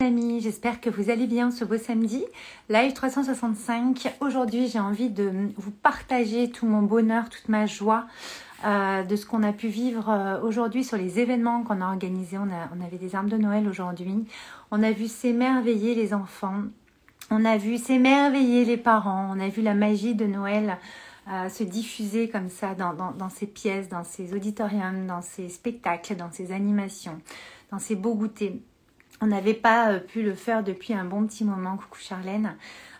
Amis, j'espère que vous allez bien ce beau samedi. Live 365. Aujourd'hui, j'ai envie de vous partager tout mon bonheur, toute ma joie de ce qu'on a pu vivre aujourd'hui sur les événements qu'on a organisés. On avait des armes de Noël aujourd'hui. On a vu s'émerveiller les enfants. On a vu s'émerveiller les parents. On a vu la magie de Noël se diffuser comme ça dans ces pièces, dans ces auditoriums, dans ces spectacles, dans ces animations, dans ces beaux goûters. On n'avait pas pu le faire depuis un bon petit moment. Coucou Charlène.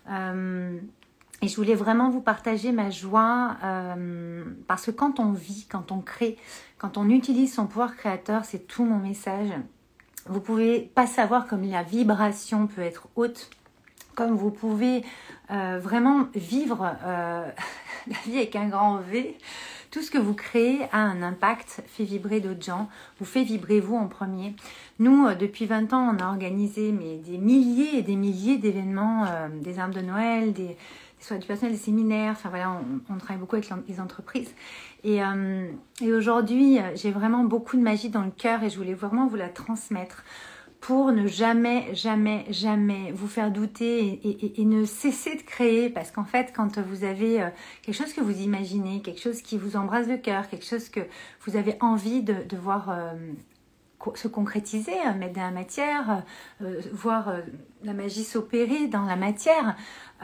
Et je voulais vraiment vous partager ma joie parce que quand on vit, quand on crée, quand on utilise son pouvoir créateur, c'est tout mon message. Vous pouvez pas savoir comme la vibration peut être haute, comme vous pouvez vraiment vivre la vie avec un grand V. Tout ce que vous créez a un impact, fait vibrer d'autres gens, vous fait vibrer vous en premier. Nous, depuis 20 ans, on a organisé des milliers et des milliers d'événements, des armes de Noël, des soins du personnel, des séminaires, enfin voilà, on travaille beaucoup avec les entreprises. Et aujourd'hui, j'ai vraiment beaucoup de magie dans le cœur et je voulais vraiment vous la transmettre pour ne jamais, jamais, jamais vous faire douter et ne cesser de créer. Parce qu'en fait, quand vous avez quelque chose que vous imaginez, quelque chose qui vous embrasse le cœur, quelque chose que vous avez envie de voir se concrétiser, mettre dans la matière, voir la magie s'opérer dans la matière,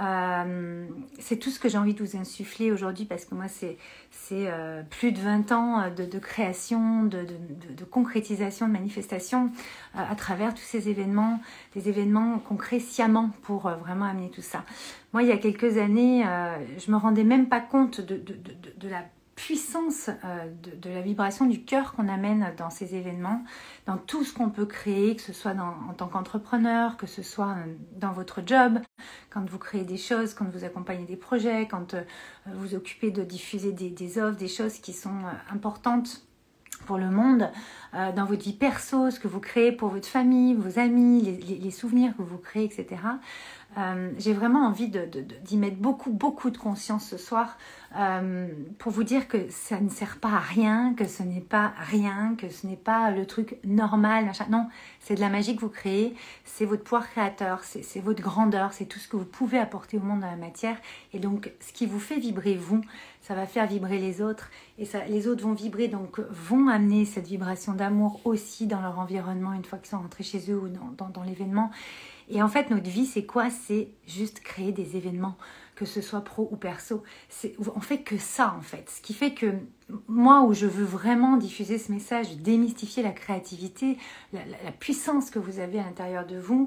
c'est tout ce que j'ai envie de vous insuffler aujourd'hui parce que moi c'est plus de 20 ans de création, de concrétisation, de manifestation à travers tous ces événements, des événements qu'on crée sciemment pour vraiment amener tout ça. Moi il y a quelques années, je me rendais même pas compte de la puissance de la vibration du cœur qu'on amène dans ces événements, dans tout ce qu'on peut créer, que ce soit en tant qu'entrepreneur, que ce soit dans votre job, quand vous créez des choses, quand vous accompagnez des projets, quand vous vous occupez de diffuser des offres, des choses qui sont importantes pour le monde, dans votre vie perso, ce que vous créez pour votre famille, vos amis, les souvenirs que vous créez, etc. J'ai vraiment envie d'y mettre beaucoup de conscience ce soir pour vous dire que ça ne sert pas à rien, que ce n'est pas rien, que ce n'est pas le truc normal, machin. Non, c'est de la magie que vous créez, c'est votre pouvoir créateur, c'est votre grandeur, c'est tout ce que vous pouvez apporter au monde dans la matière. Et donc, ce qui vous fait vibrer vous, ça va faire vibrer les autres. Et ça, les autres vont vibrer, donc vont amener cette vibration d'amour aussi dans leur environnement une fois qu'ils sont rentrés chez eux ou dans l'événement. Et en fait, notre vie, c'est quoi? C'est juste créer des événements, que ce soit pro ou perso. On fait que ça, en fait. Ce qui fait que moi, où je veux vraiment diffuser ce message, démystifier la créativité, la puissance que vous avez à l'intérieur de vous,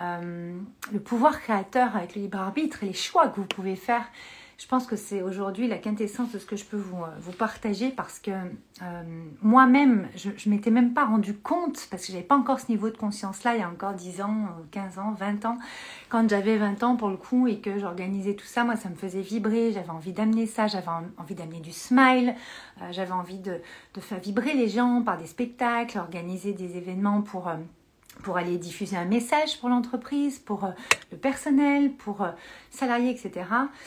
le pouvoir créateur avec le libre arbitre et les choix que vous pouvez faire. Je pense que c'est aujourd'hui la quintessence de ce que je peux vous partager parce que moi-même, je ne m'étais même pas rendu compte parce que je n'avais pas encore ce niveau de conscience-là il y a encore 10 ans, 15 ans, 20 ans. Quand j'avais 20 ans pour le coup et que j'organisais tout ça, moi ça me faisait vibrer, j'avais envie d'amener ça, j'avais envie d'amener du smile, j'avais envie de faire vibrer les gens par des spectacles, organiser des événements pour aller diffuser un message pour l'entreprise, pour le personnel, pour salariés, etc.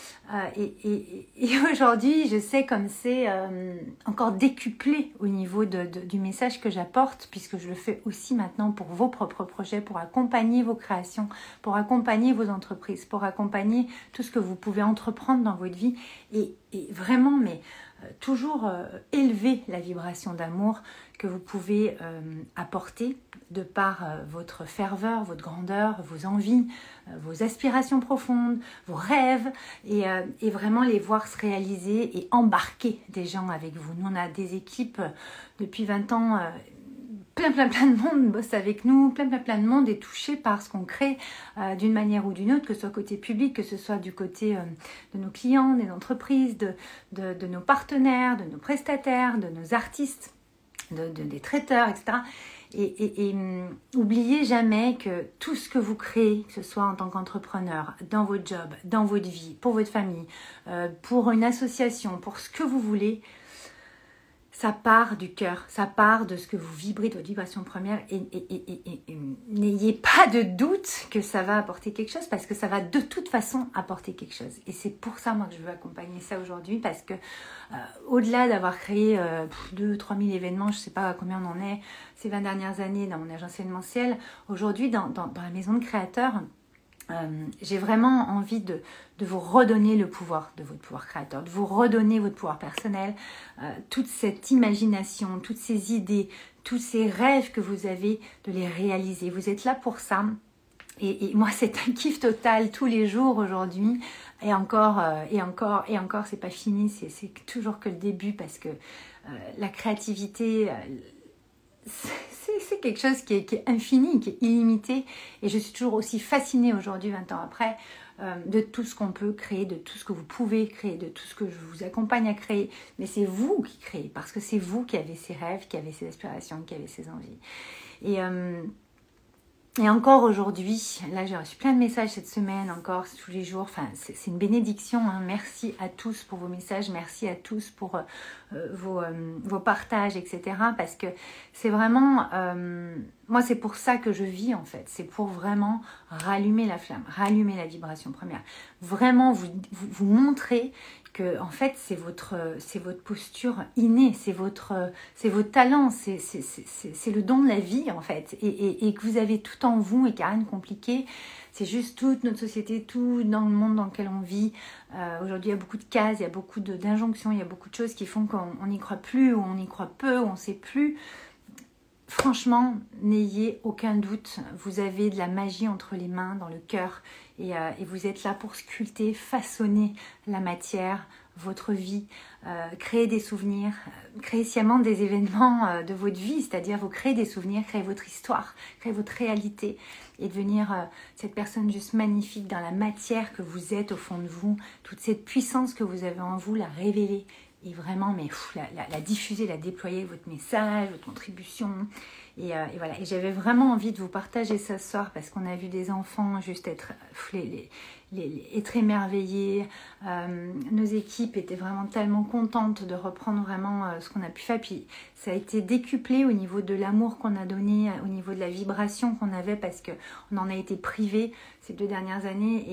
Et aujourd'hui, je sais comme c'est encore décuplé au niveau du message que j'apporte, puisque je le fais aussi maintenant pour vos propres projets, pour accompagner vos créations, pour accompagner vos entreprises, pour accompagner tout ce que vous pouvez entreprendre dans votre vie et vraiment, mais toujours élever la vibration d'amour que vous pouvez apporter de par votre ferveur, votre grandeur, vos envies, vos aspirations profondes, vos rêves et vraiment les voir se réaliser et embarquer des gens avec vous. Nous, on a des équipes depuis 20 ans, plein de monde bosse avec nous, plein de monde est touché par ce qu'on crée d'une manière ou d'une autre, que ce soit côté public, que ce soit du côté de nos clients, des entreprises, de nos partenaires, de nos prestataires, de nos artistes, des traiteurs, etc. Et oubliez jamais que tout ce que vous créez, que ce soit en tant qu'entrepreneur, dans votre job, dans votre vie, pour votre famille, pour une association, pour ce que vous voulez, ça part du cœur, ça part de ce que vous vibrez, de votre vibration première et n'ayez pas de doute que ça va apporter quelque chose parce que ça va de toute façon apporter quelque chose. Et c'est pour ça, moi, que je veux accompagner ça aujourd'hui parce que au-delà d'avoir créé 2-3 000 événements, je ne sais pas combien on en est ces 20 dernières années dans mon agence événementielle, aujourd'hui, dans la maison de créateurs, j'ai vraiment envie de vous redonner le pouvoir de votre pouvoir créateur, de vous redonner votre pouvoir personnel, toute cette imagination, toutes ces idées, tous ces rêves que vous avez, de les réaliser. Vous êtes là pour ça. Et moi, c'est un kiff total tous les jours aujourd'hui. Et encore, c'est pas fini. C'est toujours que le début parce que la créativité... c'est quelque chose qui est infini, qui est illimité. Et je suis toujours aussi fascinée aujourd'hui, 20 ans après, de tout ce qu'on peut créer, de tout ce que vous pouvez créer, de tout ce que je vous accompagne à créer. Mais c'est vous qui créez, parce que c'est vous qui avez ces rêves, qui avez ces aspirations, qui avez ces envies. Et encore aujourd'hui, là j'ai reçu plein de messages cette semaine, encore tous les jours, enfin c'est une bénédiction, hein. Merci à tous pour vos messages, merci à tous pour vos partages, etc. Parce que c'est vraiment, moi c'est pour ça que je vis en fait, c'est pour vraiment rallumer la flamme, rallumer la vibration première, vraiment vous montrer que en fait c'est votre posture innée, c'est votre talent, c'est le don de la vie en fait, et que vous avez tout en vous et qu'il n'y a rien de compliqué. C'est juste toute notre société, tout dans le monde dans lequel on vit. Aujourd'hui, il y a beaucoup de cases, il y a beaucoup d'injonctions, il y a beaucoup de choses qui font qu'on n'y croit plus, ou on y croit peu, ou on ne sait plus. Franchement, n'ayez aucun doute, vous avez de la magie entre les mains, dans le cœur, et vous êtes là pour sculpter, façonner la matière, votre vie, créer des souvenirs, créer sciemment des événements de votre vie, c'est-à-dire vous créez des souvenirs, créer votre histoire, créer votre réalité et devenir cette personne juste magnifique dans la matière que vous êtes au fond de vous, toute cette puissance que vous avez en vous, la révéler et vraiment la diffuser, la déployer, votre message, votre contribution. Et voilà. Et j'avais vraiment envie de vous partager ça ce soir parce qu'on a vu des enfants juste être émerveillés. Nos équipes étaient vraiment tellement contentes de reprendre vraiment ce qu'on a pu faire. Puis ça a été décuplé au niveau de l'amour qu'on a donné, au niveau de la vibration qu'on avait parce qu'on en a été privés ces 2 dernières années.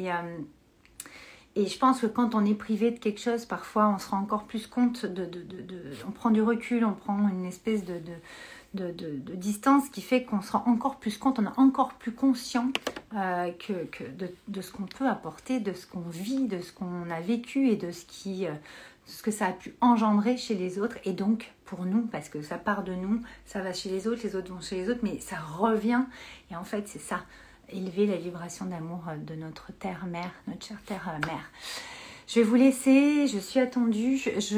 Et je pense que quand on est privé de quelque chose, parfois on se rend encore plus compte on prend du recul, on prend une espèce de distance qui fait qu'on se rend encore plus compte, on est encore plus conscient de ce qu'on peut apporter, de ce qu'on vit, de ce qu'on a vécu et de ce que ça a pu engendrer chez les autres et donc pour nous, parce que ça part de nous, ça va chez les autres vont chez les autres, mais ça revient et en fait c'est ça. Élever la vibration d'amour de notre terre-mère, notre chère terre-mère. Je vais vous laisser, je suis attendue.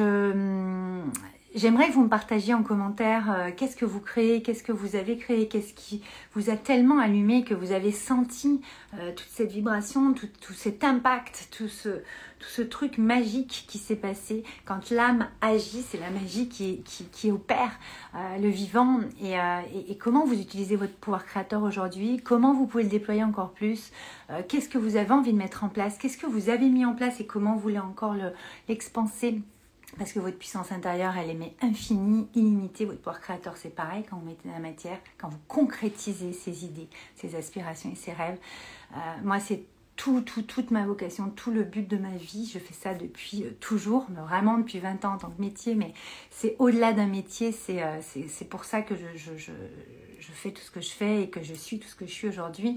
J'aimerais que vous me partagiez en commentaire qu'est-ce que vous créez, qu'est-ce que vous avez créé, qu'est-ce qui vous a tellement allumé que vous avez senti toute cette vibration, tout cet impact, tout ce truc magique qui s'est passé. Quand l'âme agit, c'est la magie qui opère le vivant. Et comment vous utilisez votre pouvoir créateur aujourd'hui, comment vous pouvez le déployer encore plus, qu'est-ce que vous avez envie de mettre en place, qu'est-ce que vous avez mis en place et comment vous voulez encore l'expanser. Parce que votre puissance intérieure, elle est infinie, illimitée. Votre pouvoir créateur, c'est pareil quand vous mettez dans la matière, quand vous concrétisez ces idées, ces aspirations et ces rêves. Moi, c'est toute ma vocation, tout le but de ma vie. Je fais ça depuis toujours, mais vraiment depuis 20 ans en tant que métier. Mais c'est au-delà d'un métier. C'est pour ça que je fais tout ce que je fais et que je suis tout ce que je suis aujourd'hui.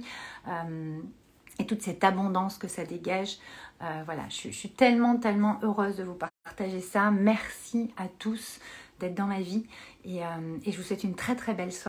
Et toute cette abondance que ça dégage. Voilà, je suis tellement heureuse de vous partager ça. Merci à tous d'être dans ma vie et je vous souhaite une très belle soirée.